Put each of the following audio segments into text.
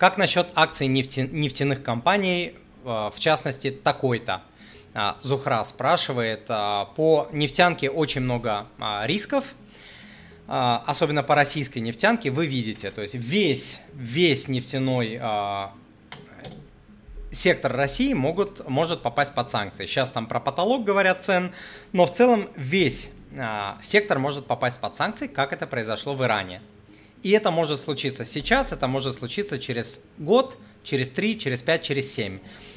Как насчет акций нефтяных компаний, в частности, такой-то? Зухра спрашивает, по нефтянке очень много рисков, особенно по российской нефтянке, вы видите, то есть весь нефтяной сектор России может попасть под санкции. Сейчас там про потолок говорят цен, но в целом весь сектор может попасть под санкции, как это произошло в Иране. И это может случиться сейчас, это может случиться через год, через 3, через 5, через 7.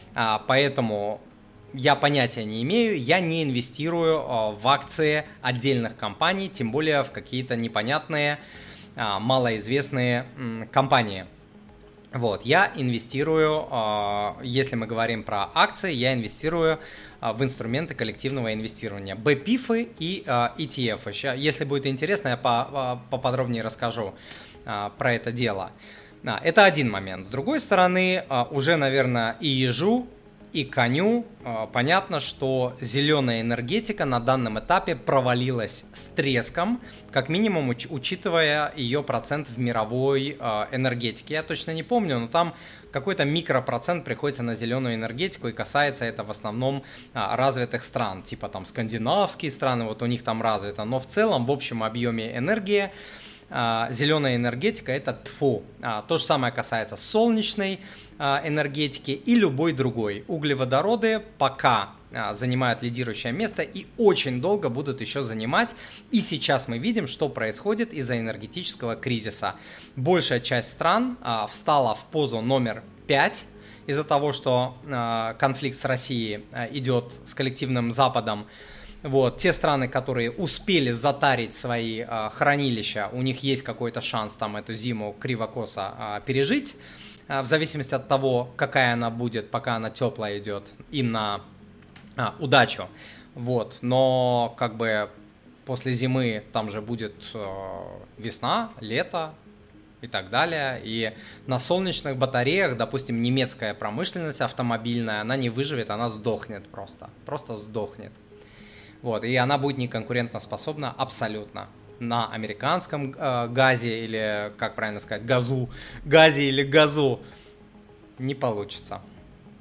Поэтому я понятия не имею, я не инвестирую в акции отдельных компаний, тем более в какие-то непонятные, малоизвестные компании. Вот, я инвестирую, если мы говорим про акции, я инвестирую в инструменты коллективного инвестирования, BPIF и ETF. Если будет интересно, я поподробнее расскажу про это дело. Это один момент. С другой стороны, уже, наверное, и ежу, и коню понятно, что зеленая энергетика на данном этапе провалилась с треском, как минимум учитывая ее процент в мировой энергетике. Я точно не помню, но там какой-то микропроцент приходится на зеленую энергетику, и касается это в основном развитых стран, типа там скандинавские страны, вот у них там развито, но в целом в общем объеме энергии зеленая энергетика это тфу. То же самое касается солнечной энергетики и любой другой. Углеводороды пока занимают лидирующее место и очень долго будут еще занимать. И сейчас мы видим, что происходит из-за энергетического кризиса. Большая часть стран встала в позу номер 5 из-за того, что конфликт с Россией идет с коллективным Западом. Вот, те страны, которые успели затарить свои хранилища, у них есть какой-то шанс там эту зиму криво-косо пережить, в зависимости от того, какая она будет, пока она теплая идет, им на удачу. Вот, но как бы после зимы там же будет весна, лето и так далее. И на солнечных батареях, допустим, немецкая промышленность автомобильная, она не выживет, она сдохнет просто сдохнет. Вот, и она будет неконкурентоспособна абсолютно на американском газе или, как правильно сказать, газе или газу не получится.